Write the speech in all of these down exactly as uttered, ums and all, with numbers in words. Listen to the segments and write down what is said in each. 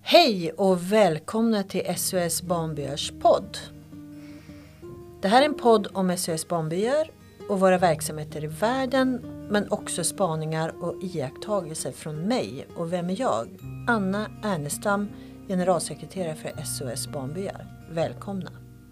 Hej och välkomna till S O S Barnbyars podd. Det här är en podd om S O S Barnbyar och våra verksamheter i världen, men också spaningar och iakttagelser från mig. Och vem är jag? Anna Ernestam, generalsekreterare för S O S Barnbyar. Välkomna!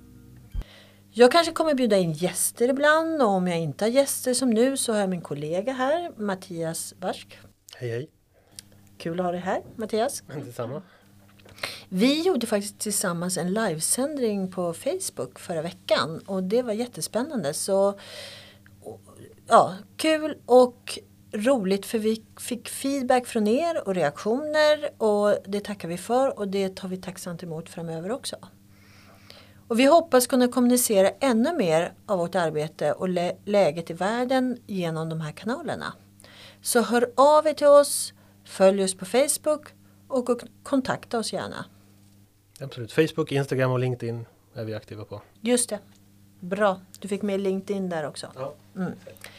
Jag kanske kommer bjuda in gäster ibland, och om jag inte har gäster som nu så har jag min kollega här, Mattias Barsk. Hej hej! Kul att ha dig här, Mattias. Detsamma. Vi gjorde faktiskt tillsammans en livesändning på Facebook förra veckan och det var jättespännande. Så ja, kul och roligt, för vi fick feedback från er och reaktioner, och det tackar vi för och det tar vi tacksamt emot framöver också. Och vi hoppas kunna kommunicera ännu mer av vårt arbete och lä- läget i världen genom de här kanalerna. Så hör av er till oss, följ oss på Facebook och kontakta oss gärna. Absolut. Facebook, Instagram och LinkedIn är vi aktiva på. Just det. Bra. Du fick med LinkedIn där också. Ja. Mm.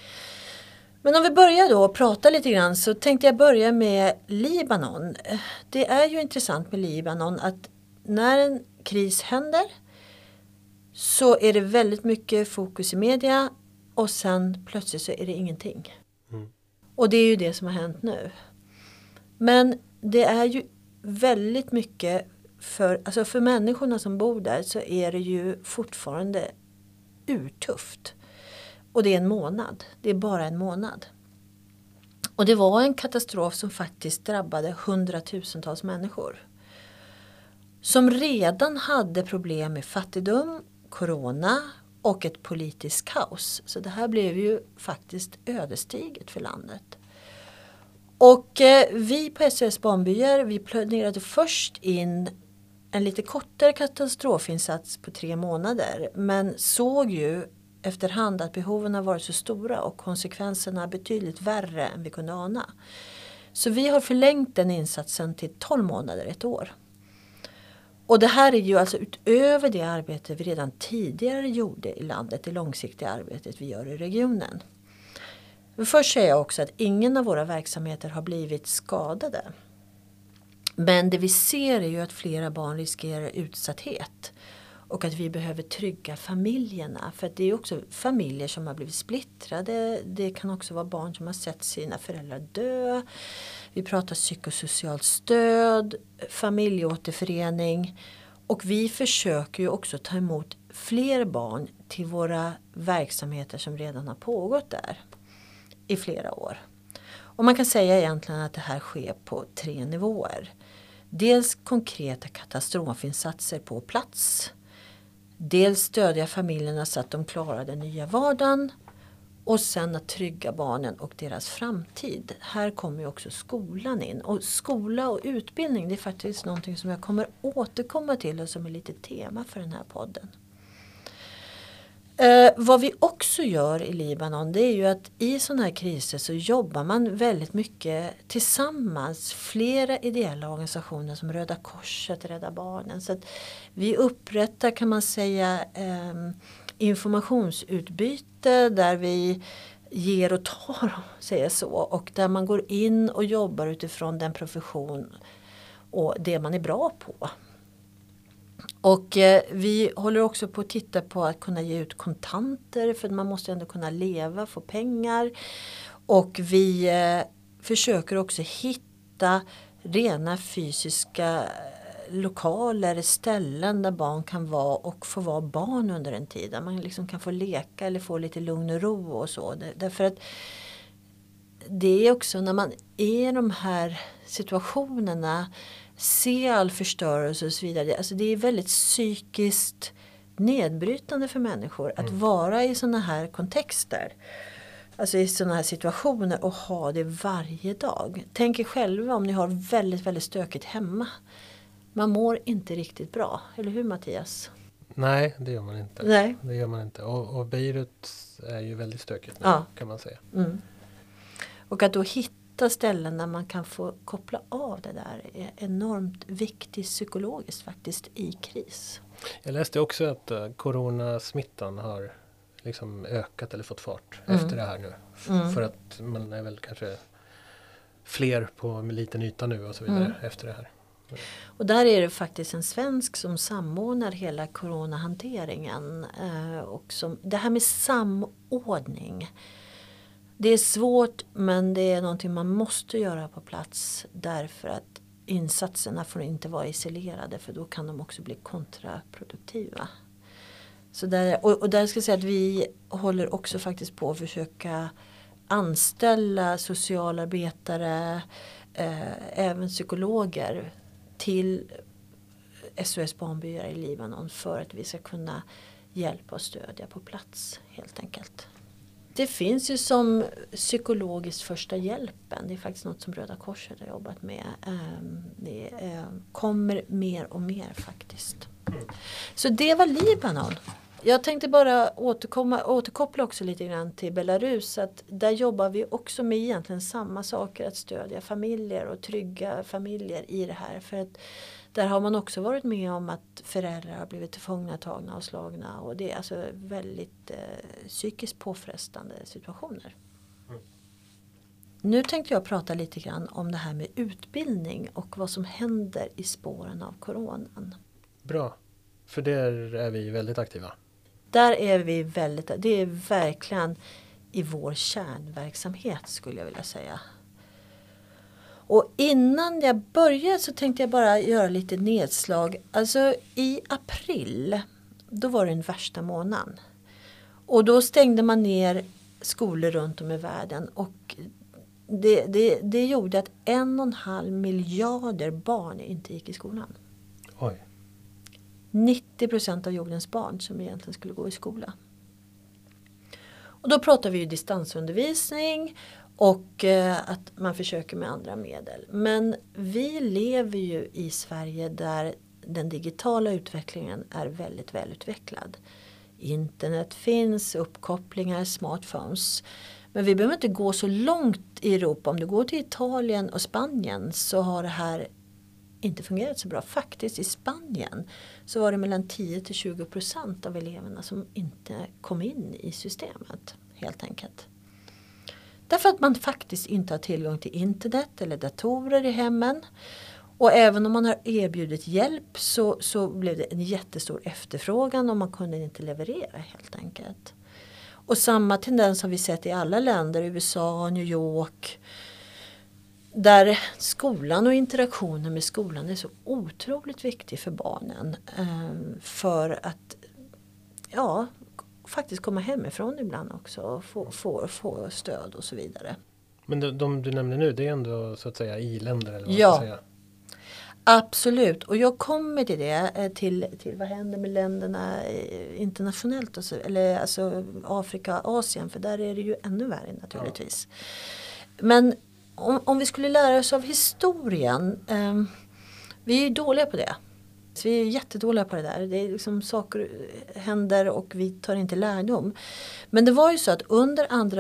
Men om vi börjar då och prata lite grann, så tänkte jag börja med Libanon. Det är ju intressant med Libanon att när en kris händer så är det väldigt mycket fokus i media och sen plötsligt så är det ingenting. Mm. Och det är ju det som har hänt nu. Men det är ju väldigt mycket för, alltså för människorna som bor där, så är det ju fortfarande urtufft. Och det är en månad. Det är bara en månad. Och det var en katastrof som faktiskt drabbade hundratusentals människor. Som redan hade problem med fattigdom, corona och ett politiskt kaos. Så det här blev ju faktiskt ödesdigert för landet. Och eh, vi på S O S Barnbyar, vi planerade först in en lite kortare katastrofinsats på tre månader. Men såg ju efterhand att behoven har varit så stora och konsekvenserna betydligt värre än vi kunde ana. Så vi har förlängt den insatsen till tolv månader, ett år. Och det här är ju alltså utöver det arbete vi redan tidigare gjorde i landet, det långsiktiga arbetet vi gör i regionen. Först säger jag också att ingen av våra verksamheter har blivit skadade. Men det vi ser är ju att flera barn riskerar utsatthet. Och att vi behöver trygga familjerna. För att det är också familjer som har blivit splittrade. Det kan också vara barn som har sett sina föräldrar dö. Vi pratar psykosocialt stöd, familjeåterförening. Och vi försöker ju också ta emot fler barn till våra verksamheter som redan har pågått där i flera år. Och man kan säga egentligen att det här sker på tre nivåer. Dels konkreta katastrofinsatser på plats. Dels stödja familjerna så att de klarar den nya vardagen. Och sen att trygga barnen och deras framtid. Här kommer ju också skolan in. Och skola och utbildning, det är faktiskt någonting som jag kommer återkomma till och som är lite tema för den här podden. Eh, vad vi också gör i Libanon, det är ju att i sådana här kriser så jobbar man väldigt mycket tillsammans. Flera ideella organisationer som Röda Korset, Rädda Barnen. Så att vi upprättar, kan man säga, eh, informationsutbyte där vi ger och tar, säger så. Och där man går in och jobbar utifrån den profession och det man är bra på. Och eh, vi håller också på att titta på att kunna ge ut kontanter, för man måste ändå kunna leva, få pengar. Och vi eh, försöker också hitta rena fysiska lokaler, ställen där barn kan vara och få vara barn under en tid. Där man liksom kan få leka eller få lite lugn och ro och så. Därför att det är också när man är i de här situationerna, se all förstörelse och så vidare. Alltså det är väldigt psykiskt nedbrytande för människor att mm. vara i sådana här kontexter. Alltså i sådana här situationer och ha det varje dag. Tänk er själva om ni har väldigt, väldigt stökigt hemma. Man mår inte riktigt bra. Eller hur, Mattias? Nej, det gör man inte. Nej. Det gör man inte. Och, och Beirut är ju väldigt stökigt nu, ja. kan man säga. Mm. Och att då hitta ställen där man kan få koppla av det där är enormt viktigt psykologiskt faktiskt i kris. Jag läste också att uh, coronasmittan har liksom ökat eller fått fart mm. efter det här nu. F- mm. För att man är väl kanske fler på en liten yta nu och så vidare mm. efter det här. Och där är det faktiskt en svensk som samordnar hela coronahanteringen. Eh, och som, det här med samordning. Det är svårt, men det är någonting man måste göra på plats. Därför att insatserna får inte vara isolerade. För då kan de också bli kontraproduktiva. Så där, och, och där ska jag säga att vi håller också faktiskt på att försöka anställa socialarbetare. Eh, även psykologer till S O S Barnbyar i Libanon för att vi ska kunna hjälpa och stödja på plats helt enkelt. Det finns ju som psykologiskt första hjälpen. Det är faktiskt något som Röda Korset har jobbat med. Det kommer mer och mer faktiskt. Så det var Libanon. Jag tänkte bara återkomma, återkoppla också lite grann till Belarus. Att där jobbar vi också med egentligen samma saker. Att stödja familjer och trygga familjer i det här. För att där har man också varit med om att föräldrar har blivit tillfångatagna och slagna. Och det är alltså väldigt eh, psykiskt påfrestande situationer. Mm. Nu tänkte jag prata lite grann om det här med utbildning och vad som händer i spåren av coronan. Bra, för där är vi väldigt aktiva. Där är vi väldigt, det är verkligen i vår kärnverksamhet skulle jag vilja säga. Och innan jag började så tänkte jag bara göra lite nedslag. Alltså i april, då var det den värsta månaden. Och då stängde man ner skolor runt om i världen. Och det, det, det gjorde att en och en halv miljarder barn inte gick i skolan. Oj. nittio procent av jordens barn som egentligen skulle gå i skola. Och då pratar vi ju distansundervisning och eh, att man försöker med andra medel. Men vi lever ju i Sverige där den digitala utvecklingen är väldigt välutvecklad. Internet finns, uppkopplingar, smartphones. Men vi behöver inte gå så långt i Europa. Om du går till Italien och Spanien så har det här inte fungerat så bra. Faktiskt i Spanien så var det mellan tio till tjugo procent av eleverna som inte kom in i systemet helt enkelt. Därför att man faktiskt inte har tillgång till internet eller datorer i hemmen. Och även om man har erbjudit hjälp så, så blev det en jättestor efterfrågan och man kunde inte leverera helt enkelt. Och samma tendens har vi sett i alla länder, U S A, New York. Där skolan och interaktionen med skolan är så otroligt viktig för barnen. För att ja, faktiskt komma hemifrån ibland också och få, få, få stöd och så vidare. Men de, de du nämner nu, det är ändå så att säga i-länder eller vad ja, man ska säga? Absolut. Och jag kommer till det, till, till vad händer med länderna internationellt, och så, eller alltså Afrika, Asien, för där är det ju ännu värre naturligtvis. Ja. Men om, om vi skulle lära oss av historien, eh, vi är ju dåliga på det. Så vi är jättedåliga på det där. Det är liksom saker händer och vi tar inte lärdom. Men det var ju så att under andra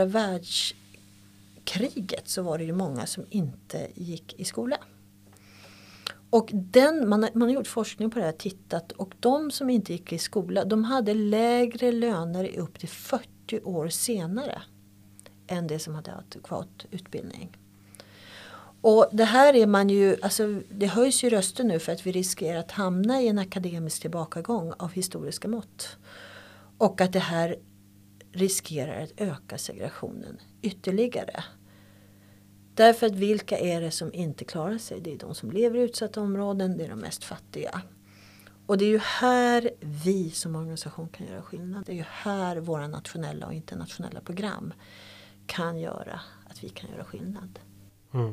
världskriget så var det ju många som inte gick i skola. Och den, man, har, man har gjort forskning på det här, tittat, och de som inte gick i skola, de hade lägre löner i upp till fyrtio år senare än det som hade adekvat utbildning. Och det här är man ju, alltså det höjs ju röster nu för att vi riskerar att hamna i en akademisk tillbakagång av historiska mått. Och att det här riskerar att öka segregationen ytterligare. Därför att vilka är det som inte klarar sig? Det är de som lever i utsatta områden, det är de mest fattiga. Och det är ju här vi som organisation kan göra skillnad. Det är ju här våra nationella och internationella program kan göra att vi kan göra skillnad. Mm.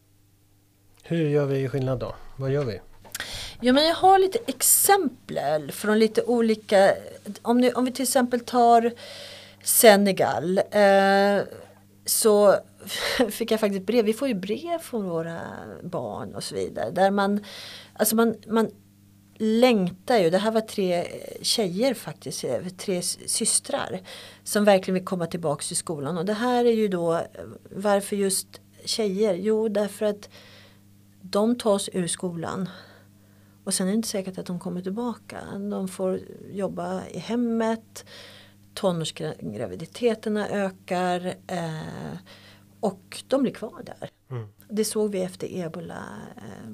Hur gör vi skillnad då? Vad gör vi? Ja, men jag har lite exempel från lite olika, om, ni, om vi till exempel tar Senegal, eh, så fick jag faktiskt brev. Vi får ju brev från våra barn och så vidare. Där man, alltså man, man längtar ju. Det här var tre tjejer faktiskt. Tre systrar. Som verkligen vill komma tillbaka till skolan. Och det här är ju då, varför just tjejer? Jo, därför att de tas ur skolan. Och sen är det inte säkert att de kommer tillbaka. De får jobba i hemmet. Tonårsgraviditeterna ökar. Eh, och de blir kvar där. Mm. Det såg vi efter ebola. Eh,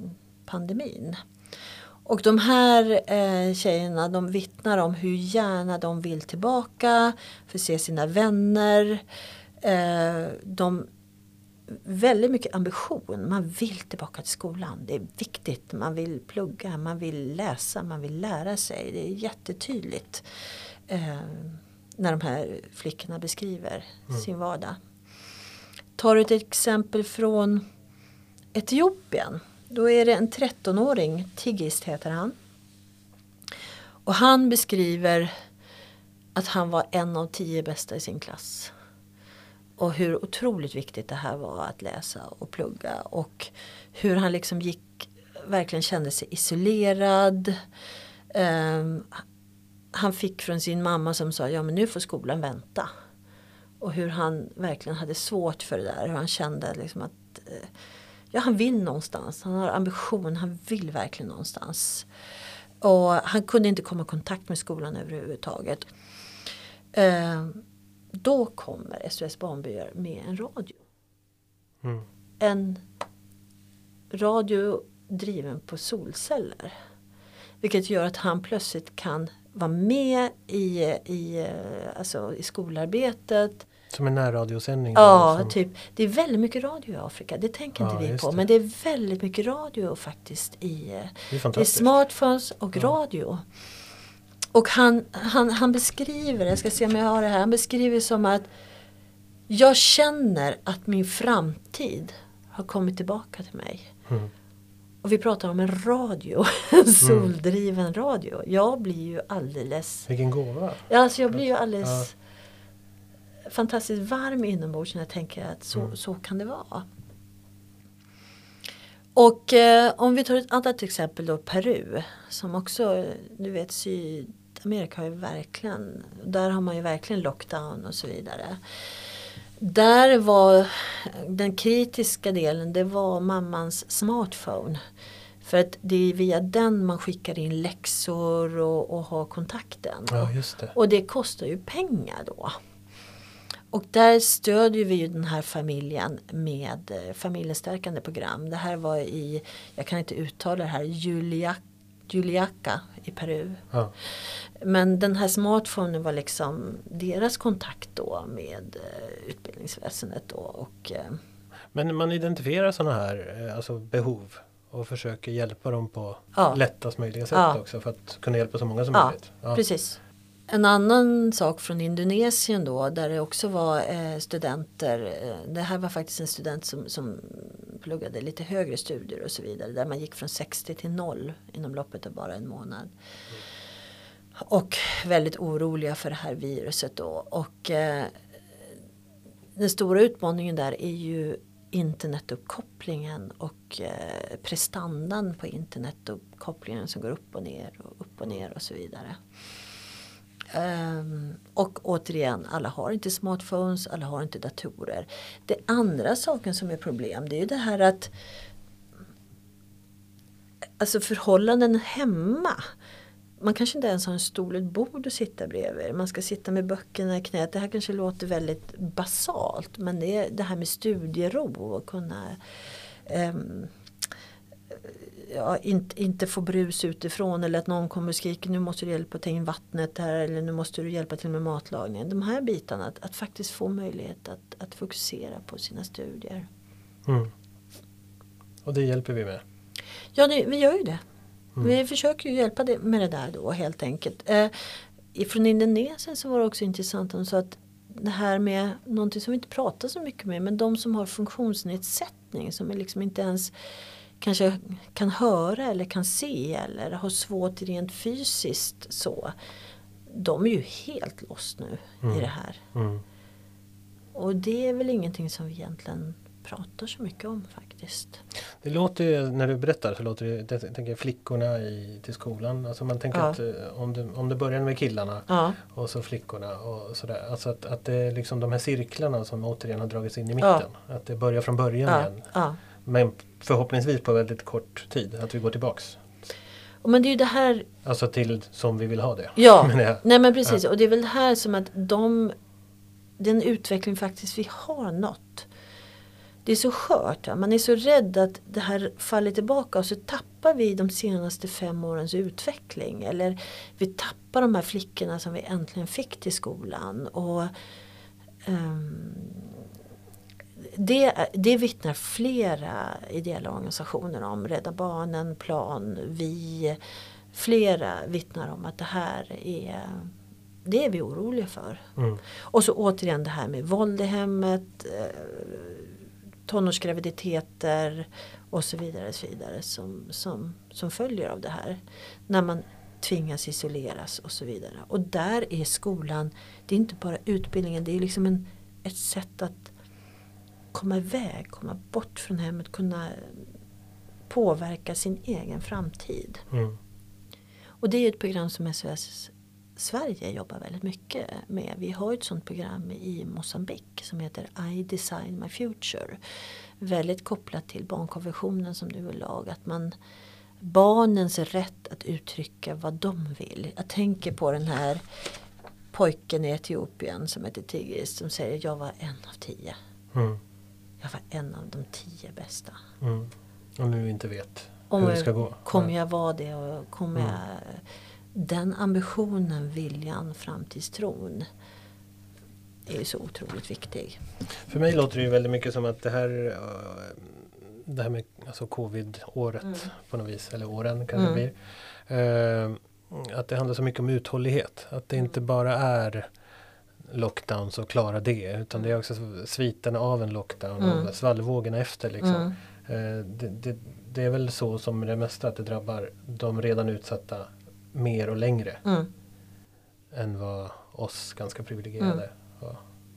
pandemin. Och de här eh, tjejerna, de vittnar om hur gärna de vill tillbaka för att se sina vänner. Eh, de väldigt mycket ambition. Man vill tillbaka till skolan. Det är viktigt. Man vill plugga, man vill läsa, man vill lära sig. Det är jättetydligt eh, när de här flickorna beskriver mm. sin vardag. Tar du ett exempel från Etiopien. Då är det en trettonåring, Tigist heter han. Och han beskriver att han var en av tio bästa i sin klass. Och hur otroligt viktigt det här var att läsa och plugga. Och hur han liksom gick, verkligen kände sig isolerad. Um, han fick från sin mamma som sa, ja men nu får skolan vänta. Och hur han verkligen hade svårt för det där. Hur han kände liksom att ja, han vill någonstans. Han har ambition, han vill verkligen någonstans. Och han kunde inte komma i kontakt med skolan överhuvudtaget. Um, Då kommer S O S Barnbyar med en radio. Mm. En radio driven på solceller. Vilket gör att han plötsligt kan vara med i, i, alltså i skolarbetet. Som en närradiosändning? Ja, som... typ. Det är väldigt mycket radio i Afrika. Det tänker ja, inte vi på. Det. Men det är väldigt mycket radio faktiskt i, i smartphones och ja. radio. Och han, han, han beskriver, jag ska se om jag har det här, han beskriver som att jag känner att min framtid har kommit tillbaka till mig. Mm. Och vi pratar om en radio, en soldriven mm. radio. Jag blir ju alldeles... Vilken gåva. Ja, alltså jag blir ju alldeles ja. fantastiskt varm inombords när jag tänker att så, mm. så kan det vara. Och eh, om vi tar ett annat exempel då, Peru, som också, du vet, Sydamerika har ju verkligen, där har man ju verkligen lockdown och så vidare. Där var den kritiska delen, det var mammans smartphone. För att det är via den man skickar in läxor och, och har kontakten. Ja, just det. Och det kostar ju pengar då. Och där stödjer vi ju den här familjen med familjestärkande program. Det här var i, jag kan inte uttala det här, Juliaca, Juliaca i Peru. Ja. Men den här smartphonen var liksom deras kontakt då med utbildningsväsendet då. Och, men man identifierar sådana här alltså behov och försöker hjälpa dem på ja. lättast möjliga sätt ja. också för att kunna hjälpa så många som ja, möjligt. Ja, precis. En annan sak från Indonesien då, där det också var eh, studenter, eh, det här var faktiskt en student som, som pluggade lite högre studier och så vidare, där man gick från sextio till noll inom loppet av bara en månad. Mm. Och väldigt oroliga för det här viruset då. Och eh, den stora utmaningen där är ju internetuppkopplingen och eh, prestandan på internetuppkopplingen som går upp och ner och upp och ner och så vidare. Um, och återigen, alla har inte smartphones, alla har inte datorer. Det andra saken som är problem, det är ju det här att alltså förhållanden hemma. Man kanske inte ens har en stol och ett bord att sitta bredvid. Man ska sitta med böckerna i knät. Det här kanske låter väldigt basalt, men det är det här med studiero och kunna um, ja, inte, inte få brus utifrån eller att någon kommer och skriker nu måste du hjälpa att ta in vattnet här eller nu måste du hjälpa till med matlagningen. De här bitarna, att, att faktiskt få möjlighet att, att fokusera på sina studier. Mm. Och det hjälper vi med? Ja, det, vi gör ju det. Mm. Vi försöker ju hjälpa det med det där då helt enkelt. Eh, från Indonesien så var det också intressant så att det här med någonting som vi inte pratar så mycket med, men de som har funktionsnedsättning som är liksom inte ens kanske kan höra eller kan se eller har svårt rent fysiskt så. De är ju helt lost nu mm. i det här. Mm. Och det är väl ingenting som vi egentligen pratar så mycket om faktiskt. Det låter ju, när du berättar så låter det, jag tänker flickorna i, till skolan. Alltså man tänker ja. att om det, om det börjar med killarna ja. och så flickorna och sådär. Alltså att, att det är liksom de här cirklarna som återigen har dragits in i mitten. Ja. Att det börjar från början ja. igen. Ja. Men förhoppningsvis på väldigt kort tid att vi går tillbaks. Men det är ju det här... Alltså till som vi vill ha det. Ja, men jag, nej men precis. Ja. Och det är väl det här som att de, den utveckling faktiskt vi har nått. det är så skört. Ja. Man är så rädd att det här faller tillbaka och så tappar vi de senaste fem årens utveckling. Eller vi tappar de här flickorna som vi äntligen fick till skolan. Och um, det, det vittnar flera ideella organisationer om. Rädda Barnen, Plan, vi, flera vittnar om att det här är... Det är vi oroliga för. Mm. Och så återigen det här med våld i hemmet, eh, tonårsgraviditeter och så vidare, så vidare som, som, som följer av det här. När man tvingas isoleras och så vidare. Och där är skolan, det är inte bara utbildningen, det är liksom en, ett sätt att komma iväg, komma bort från hemmet, kunna påverka sin egen framtid. Mm. Och det är ett program som S O S Sverige jobbar väldigt mycket med. Vi har ett sådant program i Mosambik som heter I Design My Future. Väldigt kopplat till barnkonventionen som du vill lag. Att man, barnens rätt att uttrycka vad de vill. Jag tänker på den här pojken i Etiopien som heter Tigris som säger jag var en av tio. Mm. Jag var en av de tio bästa. Mm. Och nu inte vet Om hur det ska gå. Kommer jag vara det och kommer mm. jag... Den ambitionen, viljan, framtidstron är ju så otroligt viktig. För mig låter det ju väldigt mycket som att det här, det här med alltså covid-året mm. på något vis, eller åren kanske mm. blir. Eh, att det handlar så mycket om uthållighet. Att det inte bara är lockdowns och klara det, utan det är också sviterna av en lockdown mm. och svallvågorna efter. Liksom. Mm. Eh, det, det, det är väl så som det mesta, att det drabbar de redan utsatta mer och längre mm. än vad oss ganska privilegierade mm. var.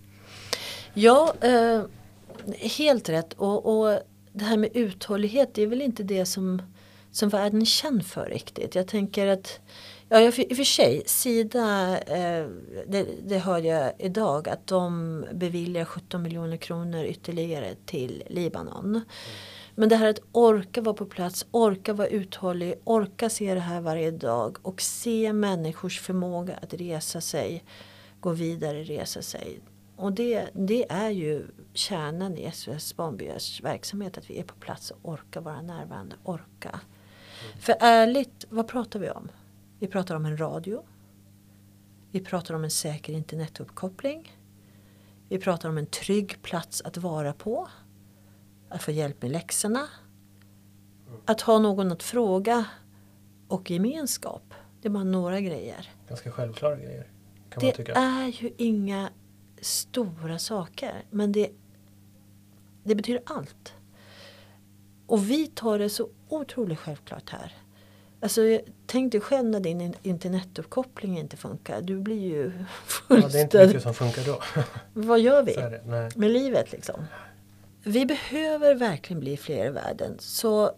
Ja, eh, helt rätt. Och, och det här med uthållighet, det är väl inte det som, som världen är känd för riktigt. Jag tänker att, ja, i och för sig, Sida, eh, det, det hörde jag idag, att de beviljar sjutton miljoner kronor ytterligare till Libanon. Mm. Men det här att orka vara på plats, orka vara uthållig, orka se det här varje dag och se människors förmåga att resa sig, gå vidare, resa sig. Och det, det är ju kärnan i S O S Barnbyars verksamhet, att vi är på plats och orkar vara närvarande, orka. Mm. För ärligt, vad pratar vi om? Vi pratar om en radio. Vi pratar om en säker internetuppkoppling. Vi pratar om en trygg plats att vara på. Att få hjälp med läxorna. Att ha någon att fråga. Och gemenskap. Det är bara några grejer. Ganska självklara grejer. Kan det man tycka. är ju inga stora saker. Men det, det betyder allt. Och vi tar det så otroligt självklart här. Alltså, tänk dig själv när din internetuppkoppling inte funkar. Du blir ju fullständigt... Ja, det är inte mycket som funkar då. Vad gör vi Nej. med livet liksom? Vi behöver verkligen bli fler i världen. Så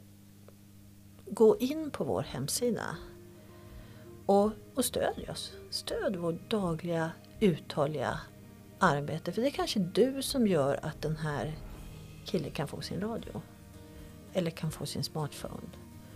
gå in på vår hemsida och, och stödj oss. Stöd vårt dagliga, uthålliga arbete. För det är kanske du som gör att den här killen kan få sin radio. Eller kan få sin smartphone.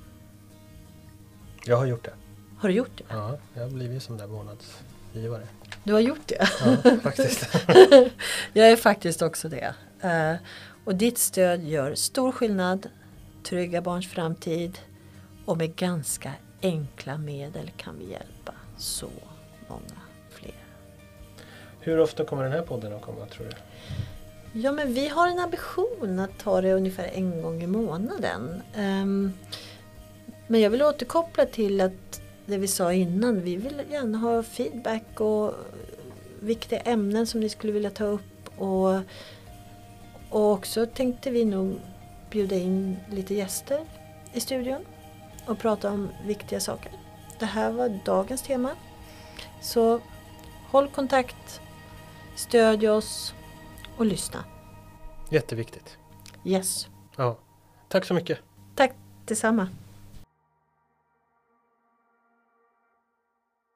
Jag har gjort det. Har du gjort det? Ja, jag har blivit som där månadsgivare. Du har gjort det? Ja, faktiskt. Jag är faktiskt också det. Uh, och ditt stöd gör stor skillnad, trygga barns framtid och med ganska enkla medel kan vi hjälpa så många fler. Hur ofta kommer den här podden att komma, tror du? Ja, men vi har en ambition att ta det ungefär en gång i månaden. Um, men jag vill återkoppla till att det vi sa innan, vi vill gärna ha feedback och viktiga ämnen som ni skulle vilja ta upp. Och, och också tänkte vi nog bjuda in lite gäster i studion och prata om viktiga saker. Det här var dagens tema. Så håll kontakt, stödj oss och lyssna. Jätteviktigt. Yes. Ja. Tack så mycket. Tack detsamma.